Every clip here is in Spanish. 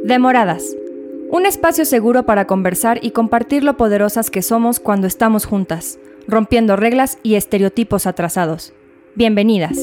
Demoradas. Un espacio seguro para conversar y compartir lo poderosas que somos cuando estamos juntas, rompiendo reglas y estereotipos atrasados. Bienvenidas.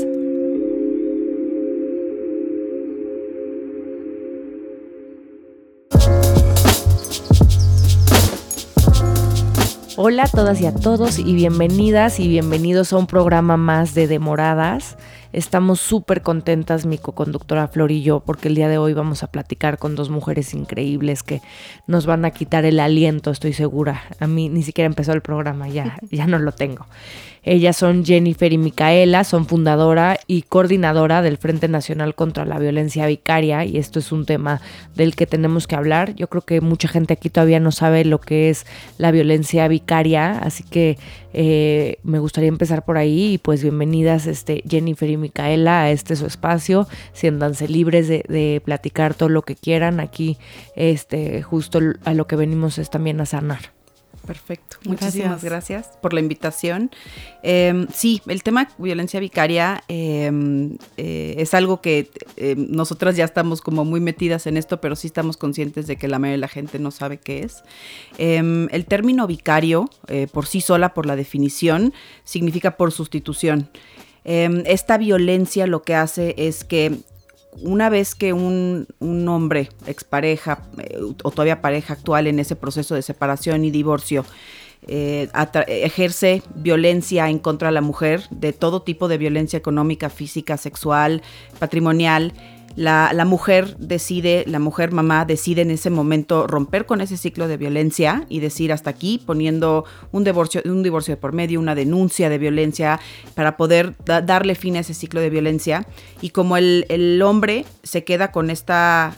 Hola a todas y a todos y bienvenidas y bienvenidos a un programa más de Demoradas. Estamos súper contentas, mi coconductora Flor y yo, porque el día de hoy vamos a platicar con dos mujeres increíbles que nos van a quitar el aliento, estoy segura. A mí ni siquiera empezó el programa, ya no lo tengo. Ellas son Jennifer y Micaela, son fundadora y coordinadora del Frente Nacional contra la Violencia Vicaria, y esto es un tema del que tenemos que hablar. Yo creo que mucha gente aquí todavía no sabe lo que es la violencia vicaria, así que me gustaría empezar por ahí. Y pues bienvenidas Jennifer y Micaela a su espacio. Siéntanse libres de platicar todo lo que quieran. Aquí justo a lo que venimos es también a sanar. Perfecto, muchísimas gracias por la invitación. Sí, el tema violencia vicaria es algo que nosotras ya estamos como muy metidas en esto, pero sí estamos conscientes de que la mayoría de la gente no sabe qué es. El término vicario, por sí sola, por la definición, significa por sustitución. Esta violencia lo que hace es que una vez que un hombre, expareja o todavía pareja actual en ese proceso de separación y divorcio, ejerce violencia en contra de la mujer, de todo tipo de violencia económica, física, sexual, patrimonial, la mujer mamá decide en ese momento romper con ese ciclo de violencia y decir hasta aquí, poniendo un divorcio de por medio, una denuncia de violencia para poder darle fin a ese ciclo de violencia. Y como el hombre se queda con esta...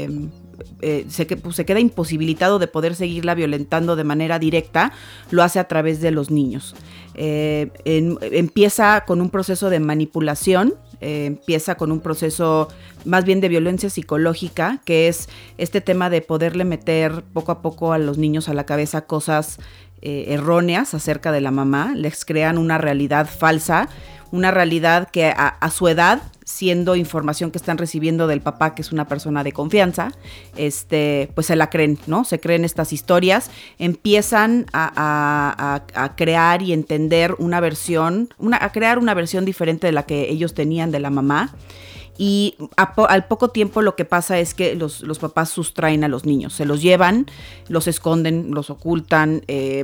se queda imposibilitado de poder seguirla violentando de manera directa, lo hace a través de los niños. Empieza con un proceso de manipulación, empieza con un proceso más bien de violencia psicológica, que es este tema de poderle meter poco a poco a los niños a la cabeza cosas erróneas acerca de la mamá, les crean una realidad falsa, una realidad que a su edad, siendo información que están recibiendo del papá, que es una persona de confianza, pues se la creen, ¿no? Se creen estas historias, empiezan a crear y entender a crear una versión diferente de la que ellos tenían de la mamá. Y al poco tiempo lo que pasa es que los papás sustraen a los niños, se los llevan, los esconden, los ocultan,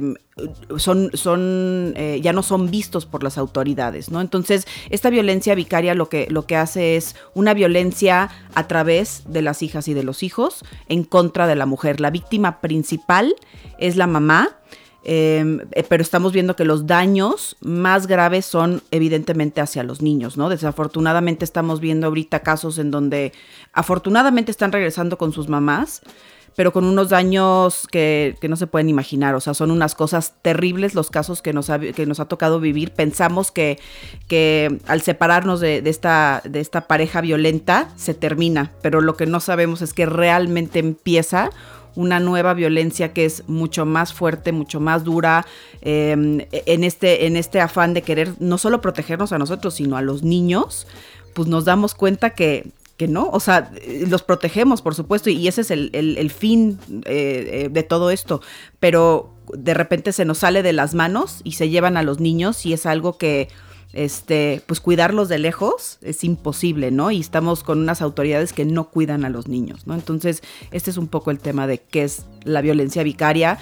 ya no son vistos por las autoridades, ¿no? Entonces, esta violencia vicaria lo que hace es una violencia a través de las hijas y de los hijos en contra de la mujer. La víctima principal es la mamá. Pero estamos viendo que los daños más graves son evidentemente hacia los niños, ¿no? Desafortunadamente estamos viendo ahorita casos en donde afortunadamente están regresando con sus mamás, pero con unos daños que no se pueden imaginar. O sea, son unas cosas terribles los casos que nos ha tocado vivir. Pensamos que al separarnos de esta pareja violenta se termina, pero lo que no sabemos es que realmente empieza una nueva violencia que es mucho más fuerte, mucho más dura, en este afán de querer no solo protegernos a nosotros, sino a los niños, pues nos damos cuenta que no, o sea, los protegemos, por supuesto, y ese es el fin de todo esto, pero de repente se nos sale de las manos y se llevan a los niños y es algo que pues cuidarlos de lejos es imposible, ¿no? Y estamos con unas autoridades que no cuidan a los niños, ¿no? Entonces, este es un poco el tema de qué es la violencia vicaria.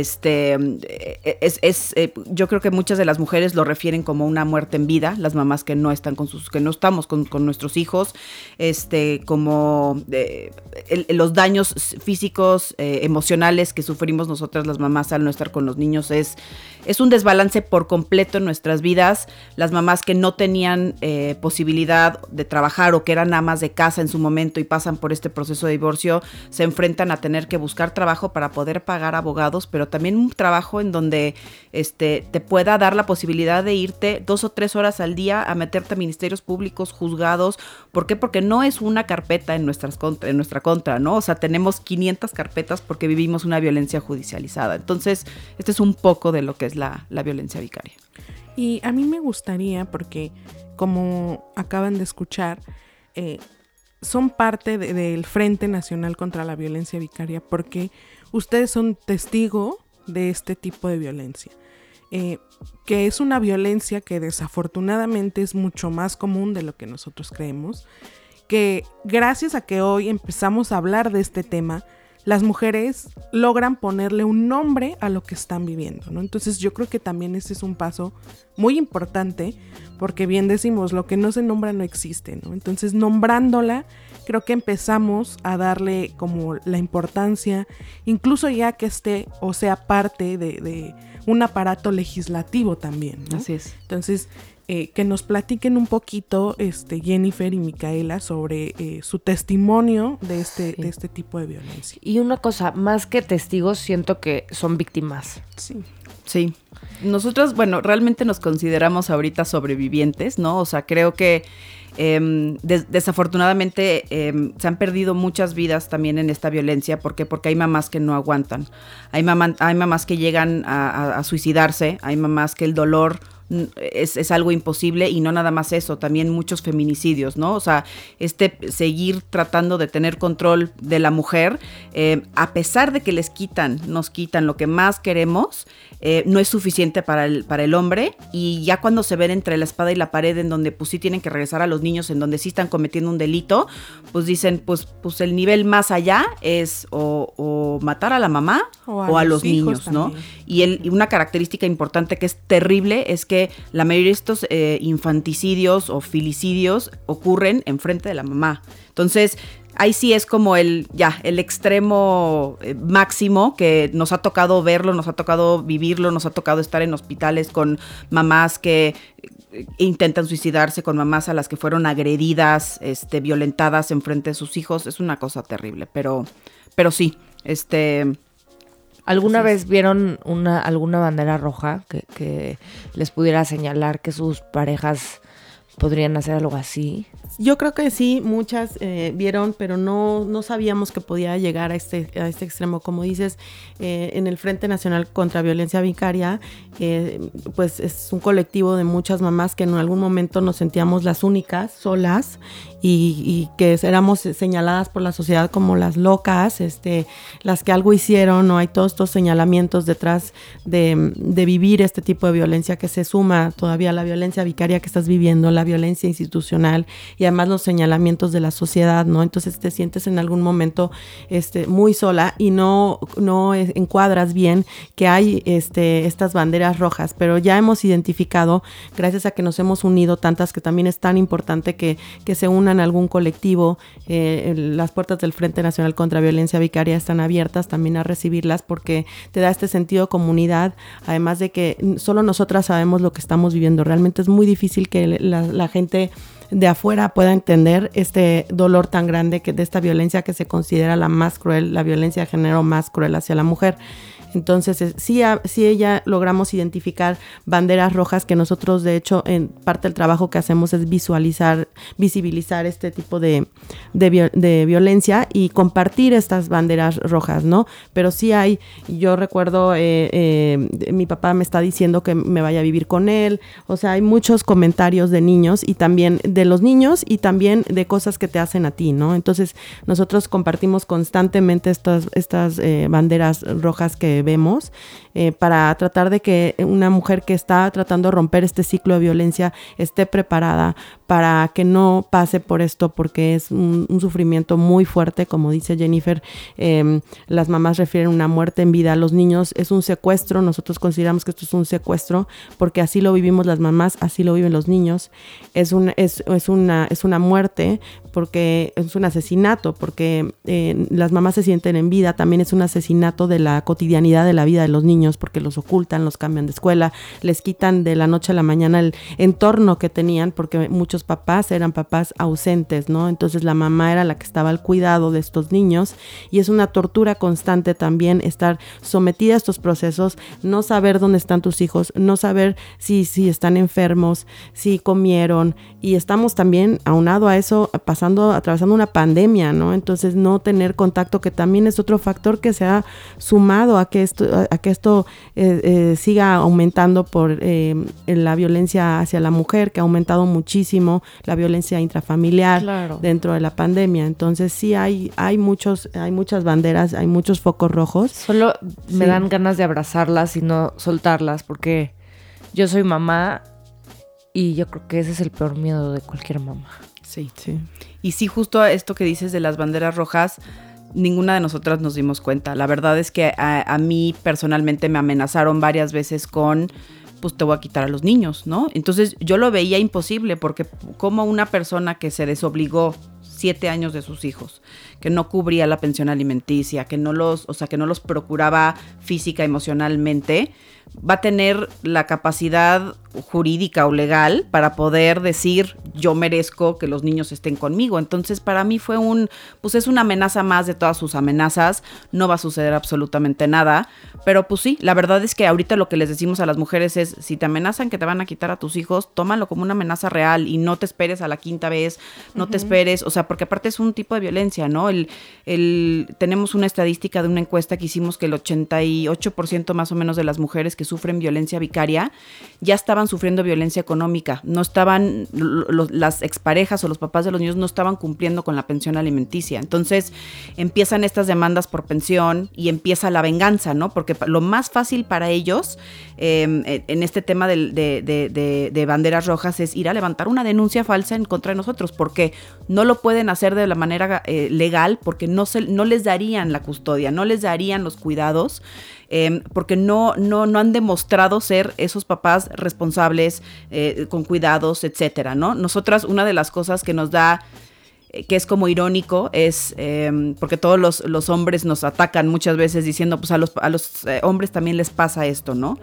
Yo creo que muchas de las mujeres lo refieren como una muerte en vida, las mamás que no estamos con nuestros hijos, como los daños físicos, emocionales que sufrimos nosotras las mamás al no estar con los niños es un desbalance por completo en nuestras vidas. Las mamás que no tenían posibilidad de trabajar o que eran amas de casa en su momento y pasan por este proceso de divorcio, se enfrentan a tener que buscar trabajo para poder pagar abogados, pero también un trabajo en donde te pueda dar la posibilidad de irte 2 o 3 horas al día a meterte a ministerios públicos, juzgados. ¿Por qué? Porque no es una carpeta en nuestra contra, ¿no? O sea, tenemos 500 carpetas porque vivimos una violencia judicializada. Entonces, este es un poco de lo que es la violencia vicaria. Y a mí me gustaría, porque como acaban de escuchar, son parte del Frente Nacional contra la Violencia Vicaria porque ustedes son testigo de este tipo de violencia. Que es una violencia que desafortunadamente es mucho más común de lo que nosotros creemos, que gracias a que hoy empezamos a hablar de este tema, las mujeres logran ponerle un nombre a lo que están viviendo, ¿no? Entonces yo creo que también ese es un paso muy importante, porque bien decimos, lo que no se nombra no existe, ¿no? Entonces nombrándola, creo que empezamos a darle como la importancia, incluso ya que esté o sea parte de un aparato legislativo también, ¿no? Así es. Entonces, que nos platiquen un poquito Jennifer y Micaela sobre su testimonio de este tipo de violencia. Y una cosa, más que testigos, siento que son víctimas. Sí. Nosotros, bueno, realmente nos consideramos ahorita sobrevivientes, ¿no? O sea, creo que desafortunadamente se han perdido muchas vidas también en esta violencia. ¿Por qué? Porque hay mamás que no aguantan. Hay mamás que llegan a suicidarse, hay mamás que el dolor es algo imposible, y no nada más eso, también muchos feminicidios, ¿no? O sea, seguir tratando de tener control de la mujer, a pesar de que nos quitan lo que más queremos, no es suficiente para el hombre, y ya cuando se ven entre la espada y la pared, en donde pues sí tienen que regresar a los niños, en donde sí están cometiendo un delito, pues dicen, pues el nivel más allá es o matar a la mamá o a los niños, ¿no? Y una característica importante que es terrible es que la mayoría de estos infanticidios o filicidios ocurren enfrente de la mamá. Entonces, ahí sí es como el extremo máximo, que nos ha tocado verlo, nos ha tocado vivirlo, nos ha tocado estar en hospitales con mamás que intentan suicidarse, con mamás a las que fueron agredidas, violentadas enfrente de sus hijos. Es una cosa terrible, pero sí, ¿Alguna vez vieron alguna bandera roja que les pudiera señalar que sus parejas podrían hacer algo así? Yo creo que sí, muchas vieron, pero no sabíamos que podía llegar a este extremo. Como dices, en el Frente Nacional contra Violencia Vicaria, pues es un colectivo de muchas mamás que en algún momento nos sentíamos las únicas, solas, y que éramos señaladas por la sociedad como las locas, las que algo hicieron, ¿no? Hay todos estos señalamientos detrás de vivir este tipo de violencia, que se suma todavía a la violencia vicaria que estás viviendo, la violencia institucional, y además los señalamientos de la sociedad, ¿no? Entonces te sientes en algún momento muy sola, y no encuadras bien que hay estas banderas rojas, pero ya hemos identificado, gracias a que nos hemos unido tantas, que también es tan importante que se unan a algún colectivo. Las puertas del Frente Nacional contra Violencia Vicaria están abiertas también a recibirlas, porque te da este sentido de comunidad, además de que solo nosotras sabemos lo que estamos viviendo. Realmente es muy difícil que la gente de afuera pueda entender este dolor tan grande de esta violencia que se considera la más cruel, la violencia de género más cruel hacia la mujer. Entonces, sí ella logramos identificar banderas rojas, que nosotros, de hecho, en parte del trabajo que hacemos es visibilizar este tipo de violencia y compartir estas banderas rojas, ¿no? Pero sí yo recuerdo, mi papá me está diciendo que me vaya a vivir con él. O sea, hay muchos comentarios de niños, y también de los niños, y también de cosas que te hacen a ti, ¿no? Entonces, nosotros compartimos constantemente estas banderas rojas que vemos, para tratar de que una mujer que está tratando de romper este ciclo de violencia esté preparada para que no pase por esto, porque es un sufrimiento muy fuerte. Como dice Jennifer, las mamás refieren una muerte en vida, a los niños es un secuestro. Nosotros consideramos que esto es un secuestro, porque así lo vivimos las mamás, así lo viven los niños. Es una muerte, porque es un asesinato, porque las mamás se sienten en vida. También es un asesinato de la cotidianidad de la vida de los niños, porque los ocultan, los cambian de escuela, les quitan de la noche a la mañana el entorno que tenían, porque muchos papás eran papás ausentes, ¿no? Entonces la mamá era la que estaba al cuidado de estos niños, y es una tortura constante también estar sometida a estos procesos, no saber dónde están tus hijos, no saber si están enfermos, si comieron, y estamos también aunado a eso atravesando una pandemia, ¿no? Entonces no tener contacto, que también es otro factor que se ha sumado a que que esto siga aumentando por la violencia hacia la mujer, que ha aumentado muchísimo la violencia intrafamiliar dentro de la pandemia. Entonces sí hay muchas banderas, hay muchos focos rojos. Solo me dan ganas de abrazarlas y no soltarlas, porque yo soy mamá y yo creo que ese es el peor miedo de cualquier mamá. Sí. Y sí, justo esto que dices de las banderas rojas, ninguna de nosotras nos dimos cuenta. La verdad es que a mí personalmente me amenazaron varias veces con, pues te voy a quitar a los niños, ¿no? Entonces yo lo veía imposible, porque como una persona que se desobligó 7 años de sus hijos, que no cubría la pensión alimenticia, que no los procuraba física, emocionalmente, va a tener la capacidad jurídica o legal para poder decir yo merezco que los niños estén conmigo. Entonces para mí fue es una amenaza más de todas sus amenazas, no va a suceder absolutamente nada, pero pues sí, la verdad es que ahorita lo que les decimos a las mujeres es, si te amenazan que te van a quitar a tus hijos, tómalo como una amenaza real y no te esperes a la quinta vez, no te esperes, o sea, porque aparte es un tipo de violencia, ¿no? Tenemos una estadística de una encuesta que hicimos que el 88% más o menos de las mujeres que sufren violencia vicaria ya estaban sufriendo violencia económica, no estaban, las exparejas o los papás de los niños no estaban cumpliendo con la pensión alimenticia. Entonces empiezan estas demandas por pensión y empieza la venganza, ¿no? Porque lo más fácil para ellos en este tema de banderas rojas es ir a levantar una denuncia falsa en contra de nosotros, porque no lo pueden hacer de la manera legal, porque no les darían la custodia, no les darían los cuidados, porque no han demostrado ser esos papás responsables, con cuidados, etcétera, ¿no? Nosotras, una de las cosas que nos da, que es como irónico, es porque todos los hombres nos atacan muchas veces diciendo, pues a los hombres también les pasa esto, ¿no?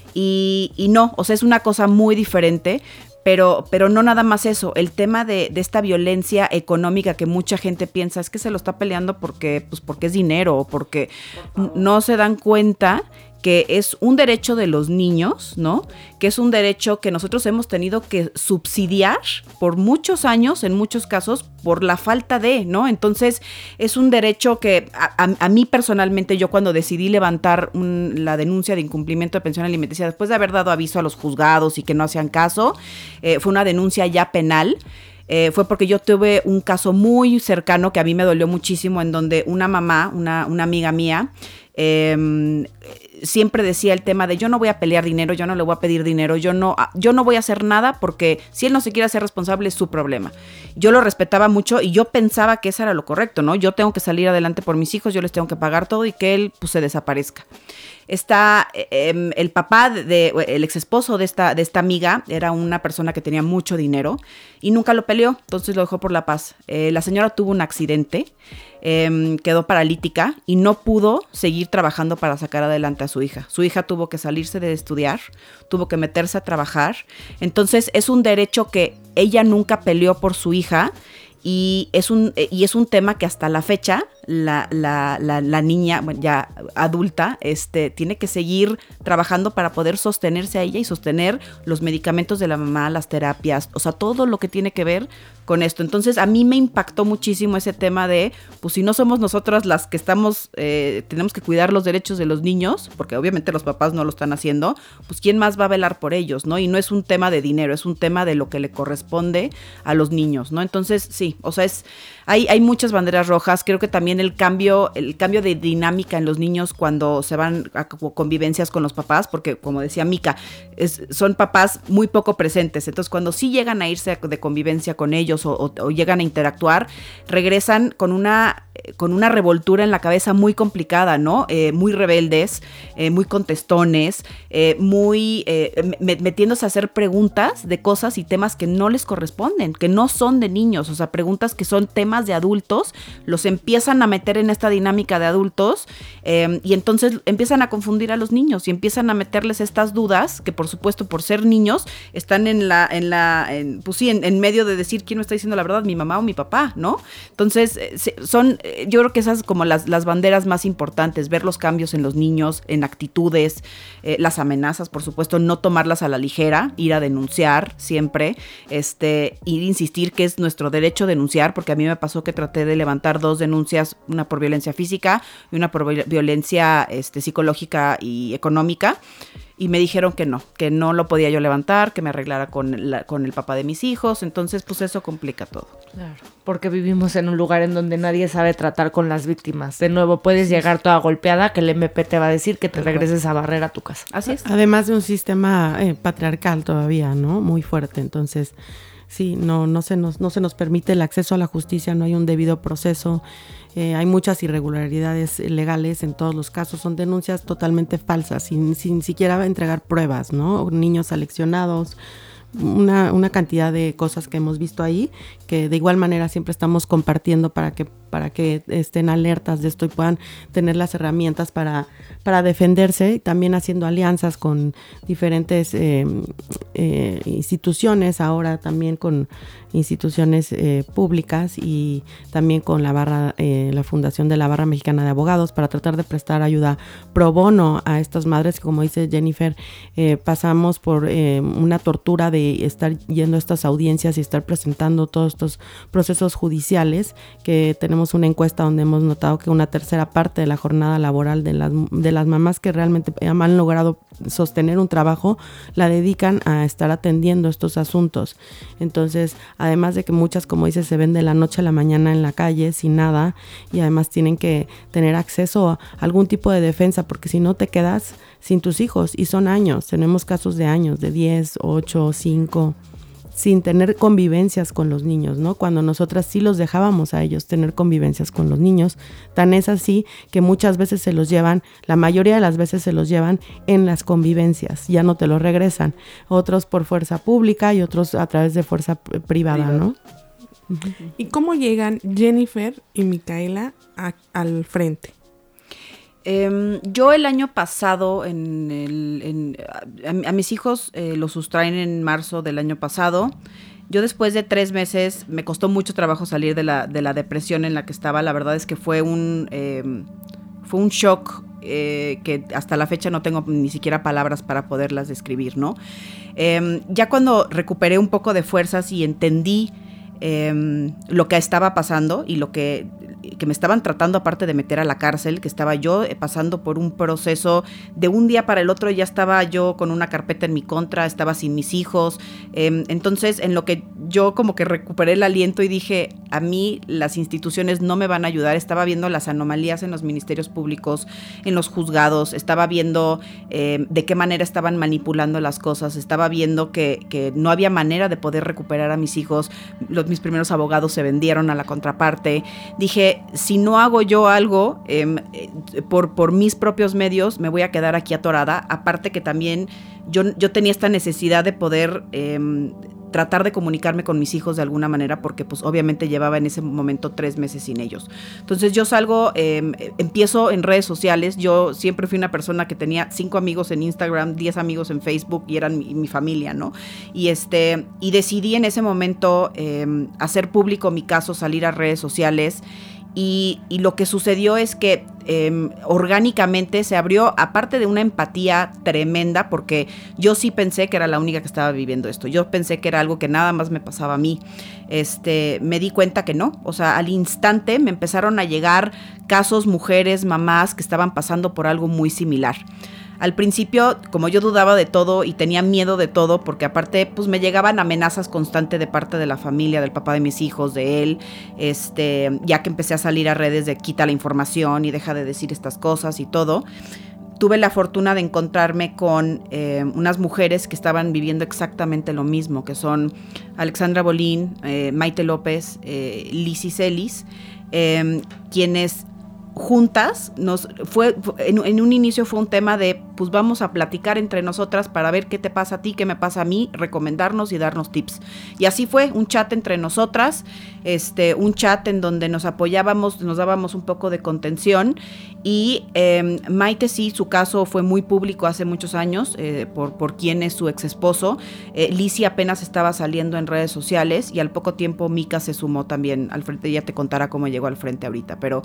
Y no, o sea, es una cosa muy diferente. Pero no nada más eso, el tema de esta violencia económica que mucha gente piensa es que se lo está peleando porque es dinero, o porque no se dan cuenta que es un derecho de los niños, ¿no? Que es un derecho que nosotros hemos tenido que subsidiar por muchos años, en muchos casos, por la falta de, ¿no? Entonces, es un derecho que a mí personalmente, yo cuando decidí levantar la denuncia de incumplimiento de pensión alimenticia, después de haber dado aviso a los juzgados y que no hacían caso, fue una denuncia ya penal. Fue porque yo tuve un caso muy cercano que a mí me dolió muchísimo, en donde una mamá, una amiga mía, siempre decía el tema de yo no voy a pelear dinero, yo no le voy a pedir dinero, yo no voy a hacer nada, porque si él no se quiere hacer responsable es su problema. Yo lo respetaba mucho y yo pensaba que eso era lo correcto, ¿no? Yo tengo que salir adelante por mis hijos, yo les tengo que pagar todo y que él pues se desaparezca. El papá el ex esposo de esta amiga era una persona que tenía mucho dinero y nunca lo peleó, entonces lo dejó por la paz. La señora tuvo un accidente, quedó paralítica y no pudo seguir trabajando para sacar adelante a su hija. Su hija tuvo que salirse de estudiar, tuvo que meterse a trabajar. Entonces es un derecho que ella nunca peleó por su hija. Y es un tema que hasta la fecha la niña, bueno, ya adulta, tiene que seguir trabajando para poder sostenerse a ella y sostener los medicamentos de la mamá, las terapias, o sea, todo lo que tiene que ver con esto. Entonces, a mí me impactó muchísimo ese tema de, pues si no somos nosotras las que estamos, tenemos que cuidar los derechos de los niños, porque obviamente los papás no lo están haciendo, pues ¿quién más va a velar por ellos, no? Y no es un tema de dinero, es un tema de lo que le corresponde a los niños, ¿no? Entonces, sí, o sea, hay muchas banderas rojas. Creo que también el cambio de dinámica en los niños cuando se van a convivencias con los papás, porque como decía Mica, son papás muy poco presentes. Entonces, cuando sí llegan a irse de convivencia con ellos o llegan a interactuar, regresan con una revoltura en la cabeza muy complicada, ¿no? Muy rebeldes, muy contestones, metiéndose a hacer preguntas de cosas y temas que no les corresponden, que no son de niños, o sea, preguntas que son temas de adultos, los empiezan a meter en esta dinámica de adultos, y entonces empiezan a confundir a los niños y empiezan a meterles estas dudas que, por supuesto, por ser niños, están en medio de decir quién me está diciendo la verdad, mi mamá o mi papá, ¿no? Entonces, son yo creo que esas como las banderas más importantes, ver los cambios en los niños, en actitudes, las amenazas, por supuesto, no tomarlas a la ligera, ir a denunciar siempre, ir a insistir que es nuestro derecho denunciar, porque a mí me pasó que traté de levantar 2 denuncias, una por violencia física y una por violencia psicológica y económica. Y me dijeron que no lo podía yo levantar, que me arreglara con el papá de mis hijos. Entonces, pues eso complica todo. Claro, porque vivimos en un lugar en donde nadie sabe tratar con las víctimas. De nuevo, puedes llegar toda golpeada, que el MP te va a decir que te regreses a barrer a tu casa. Así es. Además de un sistema patriarcal todavía, ¿no? Muy fuerte. Entonces, sí, no se nos permite el acceso a la justicia, no hay un debido proceso. Hay muchas irregularidades legales en todos los casos, son denuncias totalmente falsas, sin siquiera entregar pruebas, ¿no? Niños seleccionados, una cantidad de cosas que hemos visto ahí, que de igual manera siempre estamos compartiendo para que estén alertas de esto y puedan tener las herramientas para defenderse, y también haciendo alianzas con diferentes instituciones, ahora también con instituciones públicas y también con la Fundación de la Barra Mexicana de Abogados, para tratar de prestar ayuda pro bono a estas madres que, como dice Jennifer, pasamos por una tortura de estar yendo a estas audiencias y estar presentando todos estos procesos judiciales, que tenemos una encuesta donde hemos notado que una tercera parte de la jornada laboral de las mamás que realmente han logrado sostener un trabajo la dedican a estar atendiendo estos asuntos. Entonces, además de que muchas, como dices, se ven de la noche a la mañana en la calle sin nada, y además tienen que tener acceso a algún tipo de defensa, porque si no te quedas sin tus hijos, y son años, tenemos casos de años, de 10, 8, 5, sin tener convivencias con los niños, ¿no? Cuando nosotras sí los dejábamos a ellos tener convivencias con los niños, tan es así que muchas veces se los llevan, la mayoría de las veces se los llevan en las convivencias, ya no te los regresan, otros por fuerza pública y otros a través de fuerza privada, ¿no? ¿Y cómo llegan Jennifer y Micaela al frente? Yo el año pasado, a mis hijos los sustraen en marzo del año pasado. Yo después de 3 meses, me costó mucho trabajo salir de la depresión en la que estaba. La verdad es que fue un shock que hasta la fecha no tengo ni siquiera palabras para poderlas describir, ¿no? Ya cuando recuperé un poco de fuerzas y entendí lo que estaba pasando y lo que me estaban tratando, aparte de meter a la cárcel, que estaba yo pasando por un proceso de un día para el otro, ya estaba yo con una carpeta en mi contra, estaba sin mis hijos. Entonces, en lo que yo como que recuperé el aliento y dije, a mí las instituciones no me van a ayudar, estaba viendo las anomalías en los ministerios públicos, en los juzgados, estaba viendo de qué manera estaban manipulando las cosas, estaba viendo que no había manera de poder recuperar a mis hijos. Mis primeros abogados se vendieron a la contraparte. Dije, si no hago yo algo por mis propios medios, me voy a quedar aquí atorada. Aparte que también yo tenía esta necesidad de poder tratar de comunicarme con mis hijos de alguna manera, porque pues obviamente llevaba en ese momento 3 meses sin ellos. Entonces yo salgo, empiezo en redes sociales. Yo siempre fui una persona que tenía 5 amigos en Instagram, 10 amigos en Facebook, y eran mi familia, ¿no? Y decidí en ese momento hacer público mi caso, salir a redes sociales. Y lo que sucedió es que orgánicamente se abrió, aparte de una empatía tremenda, porque yo sí pensé que era la única que estaba viviendo esto. Yo pensé que era algo que nada más me pasaba a mí. Me di cuenta que no. O sea, al instante me empezaron a llegar casos, mujeres, mamás que estaban pasando por algo muy similar. Al principio, como yo dudaba de todo y tenía miedo de todo, porque aparte pues me llegaban amenazas constantes de parte de la familia, del papá de mis hijos, de él, ya que empecé a salir a redes de quita la información y deja de decir estas cosas y todo, tuve la fortuna de encontrarme con unas mujeres que estaban viviendo exactamente lo mismo, que son Alexandra Bolín, Maite López, Lizy Celis, quienes juntas en un inicio fue un tema de pues vamos a platicar entre nosotras para ver qué te pasa a ti, qué me pasa a mí, recomendarnos y darnos tips. Y así fue, un chat entre nosotras, un chat en donde nos apoyábamos, nos dábamos un poco de contención. Y Maite sí, su caso fue muy público hace muchos años, por quién es su ex esposo. Lizzy apenas estaba saliendo en redes sociales y al poco tiempo Mika se sumó también al frente. Ella te contará cómo llegó al frente ahorita, pero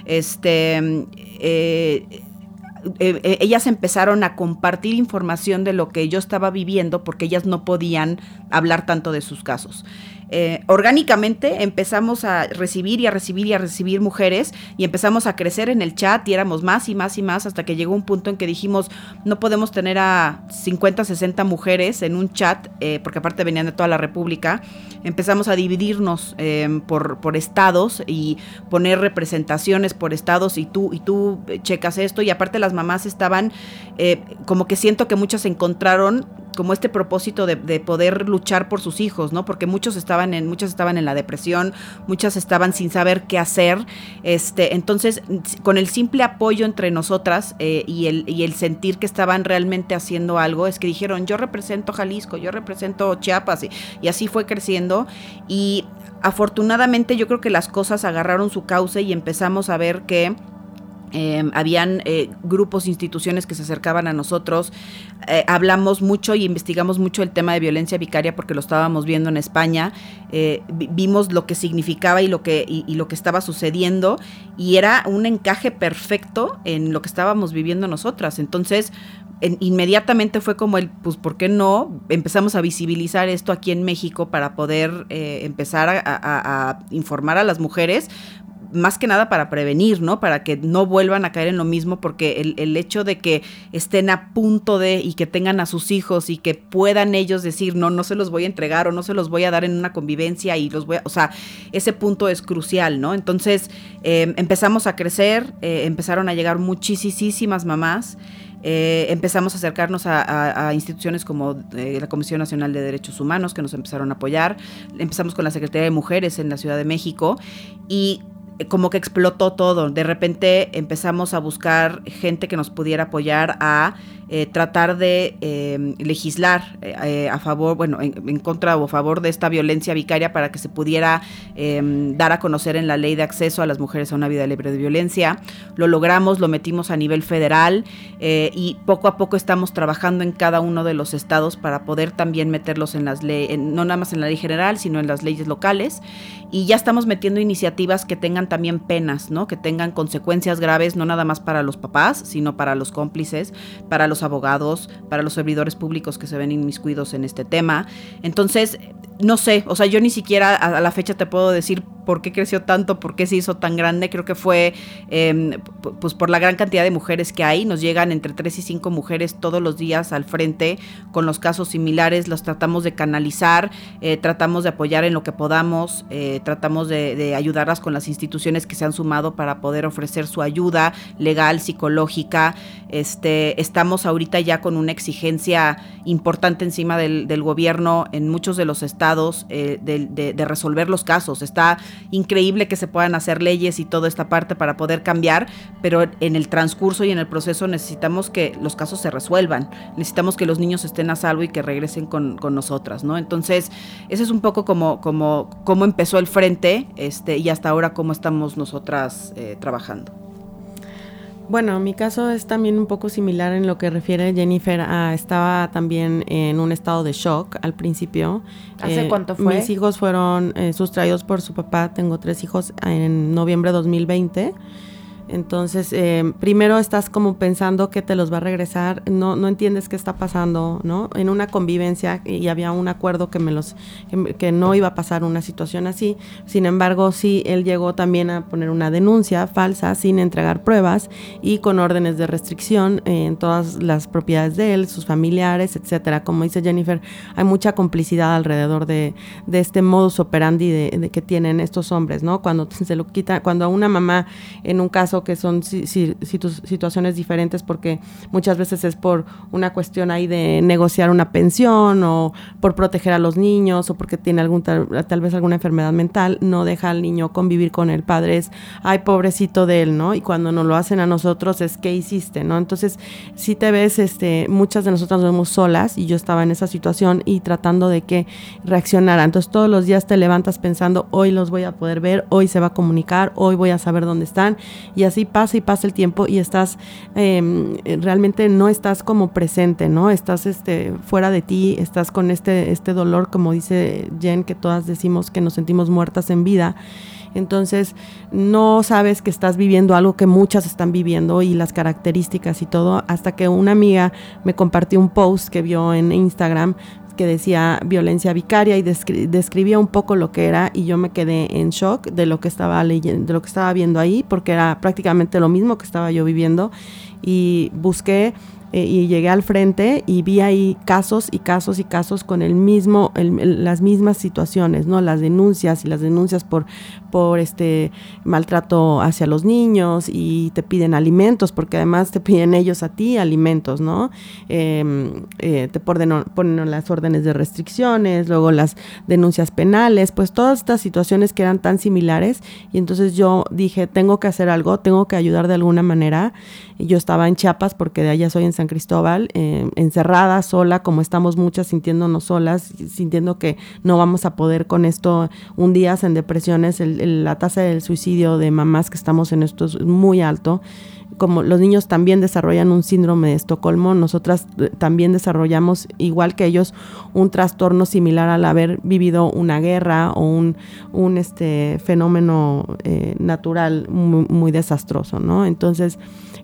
ellas empezaron a compartir información de lo que yo estaba viviendo porque ellas no podían hablar tanto de sus casos. Orgánicamente empezamos a recibir y a recibir y a recibir mujeres y empezamos a crecer en el chat y éramos más y más y más hasta que llegó un punto en que dijimos no podemos tener a 50, 60 mujeres en un chat, porque aparte venían de toda la República. Empezamos a dividirnos por estados y poner representaciones por estados y tú checas esto y aparte las mamás estaban como que siento que muchas encontraron como este propósito de poder luchar por sus hijos, ¿no? Porque muchas estaban en la depresión, muchas estaban sin saber qué hacer, entonces con el simple apoyo entre nosotras y el sentir que estaban realmente haciendo algo, es que dijeron, yo represento Jalisco, yo represento Chiapas, y así fue creciendo, y afortunadamente yo creo que las cosas agarraron su cauce y empezamos a ver que habían grupos, instituciones que se acercaban a nosotros, hablamos mucho y investigamos mucho el tema de violencia vicaria porque lo estábamos viendo en España, vimos lo que significaba y lo que estaba sucediendo y era un encaje perfecto en lo que estábamos viviendo nosotras. Entonces inmediatamente fue como pues ¿por qué no? Empezamos a visibilizar esto aquí en México para poder empezar a informar a las mujeres, más que nada para prevenir, ¿no? Para que no vuelvan a caer en lo mismo, porque el hecho de que estén a punto de y que tengan a sus hijos y que puedan ellos decir, no se los voy a entregar o no se los voy a dar en una convivencia y o sea, ese punto es crucial, ¿no? Entonces empezamos a crecer, empezaron a llegar muchísimas mamás. Empezamos a acercarnos a instituciones como la Comisión Nacional de Derechos Humanos que nos empezaron a apoyar. Empezamos con la Secretaría de Mujeres en la Ciudad de México y como que explotó todo. De repente empezamos a buscar gente que nos pudiera apoyar a tratar de legislar a favor, bueno, en contra o a favor de esta violencia vicaria para que se pudiera dar a conocer en la ley de acceso a las mujeres a una vida libre de violencia. Lo logramos, lo metimos a nivel federal y poco a poco estamos trabajando en cada uno de los estados para poder también meterlos en las leyes, no nada más en la ley general, sino en las leyes locales. Y ya estamos metiendo iniciativas que tengan también penas, ¿no? Que tengan consecuencias graves, no nada más para los papás, sino para los cómplices, para los abogados, para los servidores públicos que se ven inmiscuidos en este tema. Entonces, no sé, o sea, yo ni siquiera a la fecha te puedo decir por qué creció tanto, por qué se hizo tan grande. Creo que fue pues por la gran cantidad de mujeres que hay. Nos llegan entre 3 y 5 mujeres todos los días al frente con los casos similares. Los tratamos de canalizar, tratamos de apoyar en lo que podamos, tratamos de ayudarlas con las instituciones que se han sumado para poder ofrecer su ayuda legal, psicológica. Estamos ahorita ya con una exigencia importante encima del gobierno en muchos de los estados de resolver los casos. Está increíble que se puedan hacer leyes y toda esta parte para poder cambiar, pero en el transcurso y en el proceso necesitamos que los casos se resuelvan, necesitamos que los niños estén a salvo y que regresen con nosotras, ¿no? Entonces, ese es un poco como empezó el frente y hasta ahora cómo estamos nosotras trabajando. Bueno, mi caso es también un poco similar en lo que refiere Jennifer. Estaba también en un estado de shock al principio. ¿Hace cuánto fue? Mis hijos fueron sustraídos por su papá. Tengo 3 hijos en noviembre de 2020. Entonces, primero estás como pensando que te los va a regresar, no entiendes qué está pasando, ¿no? En una convivencia y había un acuerdo que no iba a pasar una situación así. Sin embargo, sí, él llegó también a poner una denuncia falsa sin entregar pruebas y con órdenes de restricción en todas las propiedades de él, sus familiares, etcétera. Como dice Jennifer, hay mucha complicidad alrededor de este modus operandi de que tienen estos hombres, ¿no? Cuando se lo quitan, cuando a una mamá en un caso caso que son situaciones diferentes, porque muchas veces es por una cuestión ahí de negociar una pensión o por proteger a los niños o porque tiene tal vez alguna enfermedad mental, no deja al niño convivir con el padre, es, ay, pobrecito de él, ¿no? Y cuando nos lo hacen a nosotros es, ¿qué hiciste, no? Entonces, si te ves, muchas de nosotras nos vemos solas, y yo estaba en esa situación y tratando de que reaccionara. Entonces, todos los días te levantas pensando, hoy los voy a poder ver, hoy se va a comunicar, hoy voy a saber dónde están, y así pasa y pasa el tiempo y estás, realmente no estás como presente, ¿no? Estás fuera de ti, estás con este dolor, como dice Jen, que todas decimos que nos sentimos muertas en vida. Entonces no sabes que estás viviendo algo que muchas están viviendo y las características y todo, hasta que una amiga me compartió un post que vio en Instagram que decía violencia vicaria y describía un poco lo que era, y yo me quedé en shock de lo que estaba leyendo, de lo que estaba viendo ahí, porque era prácticamente lo mismo que estaba yo viviendo, y busqué y llegué al frente y vi ahí casos y casos y casos con las mismas situaciones, ¿no? Las denuncias por maltrato hacia los niños, y te piden alimentos, porque además te piden ellos a ti alimentos, ¿no? Te ponen las órdenes de restricciones, luego las denuncias penales, pues todas estas situaciones que eran tan similares, y entonces yo dije, tengo que hacer algo, tengo que ayudar de alguna manera. Yo estaba en Chiapas, porque de allá soy, en San Cristóbal, encerrada, sola, como estamos muchas, sintiéndonos solas, sintiendo que no vamos a poder con esto, hundías en depresiones. La tasa del suicidio de mamás que estamos en esto es muy alto. Como los niños también desarrollan un síndrome de Estocolmo, nosotras también desarrollamos, igual que ellos, un trastorno similar al haber vivido una guerra o un fenómeno natural muy, muy desastroso, ¿no? Entonces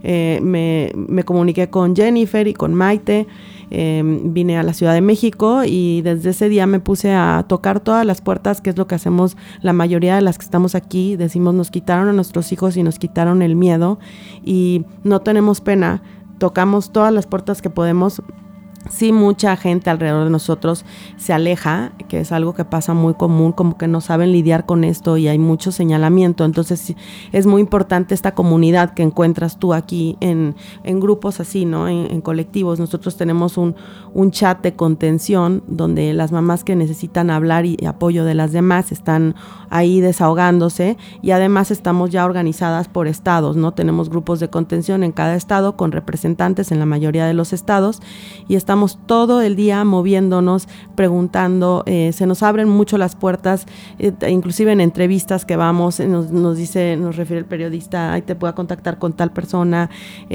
me comuniqué con Jennifer y con Maite. Vine a la Ciudad de México y desde ese día me puse a tocar todas las puertas, que es lo que hacemos la mayoría de las que estamos aquí. Decimos, nos quitaron a nuestros hijos y nos quitaron el miedo, y no tenemos pena, tocamos todas las puertas que podemos. Sí, mucha gente alrededor de nosotros se aleja, que es algo que pasa muy común, como que no saben lidiar con esto y hay mucho señalamiento. Entonces sí, es muy importante esta comunidad que encuentras tú aquí en grupos así, ¿no? En colectivos. Nosotros tenemos un chat de contención donde las mamás que necesitan hablar y apoyo de las demás están ahí desahogándose, y además estamos ya organizadas por estados, ¿no? Tenemos grupos de contención en cada estado con representantes en la mayoría de los estados, y estamos todo el día moviéndonos, preguntando, se nos abren mucho las puertas, inclusive en entrevistas que vamos, nos refiere el periodista, ahí te puedo contactar con tal persona,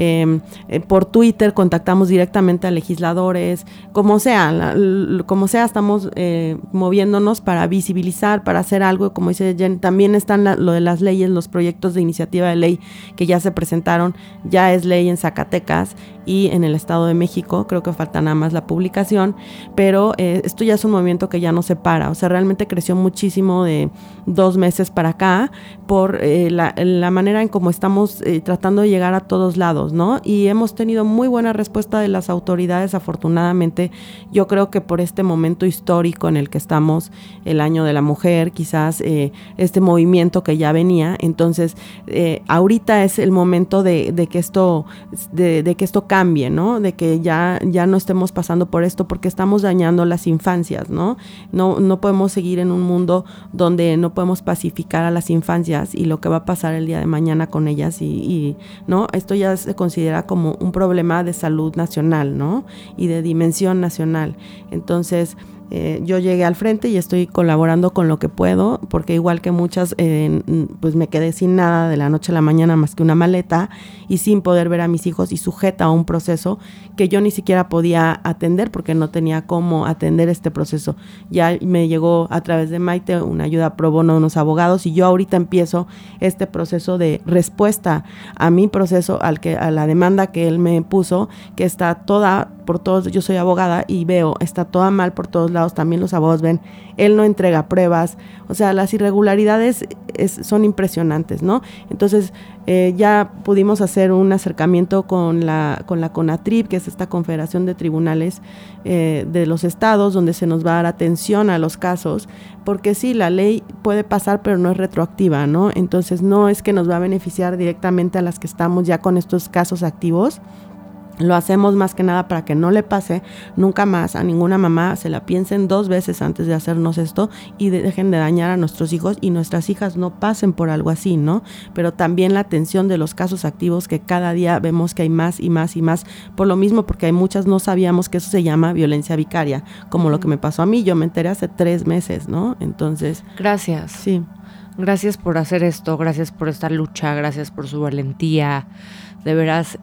por Twitter contactamos directamente a legisladores, como sea estamos moviéndonos para visibilizar, para hacer algo. Como dice Jen, también están lo de las leyes, los proyectos de iniciativa de ley que ya se presentaron, ya es ley en Zacatecas y en el Estado de México, creo que falta nada más la publicación, pero esto ya es un movimiento que ya no se para, o sea, realmente creció muchísimo de 2 meses para acá por la manera en cómo estamos tratando de llegar a todos lados, ¿no? Y hemos tenido muy buena respuesta de las autoridades, afortunadamente. Yo creo que por este momento histórico en el que estamos, el año de la mujer, quizás este movimiento que ya venía, entonces ahorita es el momento de que esto cambie, ¿no? De que ya no estemos pasando por esto, porque estamos dañando las infancias, ¿no? No podemos seguir en un mundo donde no podemos pacificar a las infancias y lo que va a pasar el día de mañana con ellas y ¿no? Esto ya se considera como un problema de salud nacional, ¿no? Y de dimensión nacional. Entonces, yo llegué al frente y estoy colaborando con lo que puedo, porque igual que muchas, pues me quedé sin nada de la noche a la mañana más que una maleta y sin poder ver a mis hijos y sujeta a un proceso que yo ni siquiera podía atender porque no tenía cómo atender este proceso. Ya me llegó a través de Maite una ayuda pro bono de unos abogados y yo ahorita empiezo este proceso de respuesta a mi proceso, a la demanda que él me puso, que está toda por todos, yo soy abogada y veo, está toda mal por todos lados, también los abogados ven, él no entrega pruebas, o sea, las irregularidades son impresionantes, ¿no? Entonces, ya pudimos hacer un acercamiento con la CONATRIP, que es esta Confederación de Tribunales de los Estados, donde se nos va a dar atención a los casos, porque sí, la ley puede pasar, pero no es retroactiva, ¿no? Entonces, no es que nos va a beneficiar directamente a las que estamos ya con estos casos activos. Lo hacemos más que nada para que no le pase nunca más a ninguna mamá, se la piensen 2 veces antes de hacernos esto y dejen de dañar a nuestros hijos y nuestras hijas no pasen por algo así, ¿no? Pero también la atención de los casos activos, que cada día vemos que hay más y más y más, por lo mismo, porque hay muchas no sabíamos que eso se llama violencia vicaria, como lo que me pasó a mí, yo me enteré hace 3 meses, ¿no? Entonces... Gracias. Sí. Gracias por hacer esto, gracias por esta lucha, gracias por su valentía. De veras,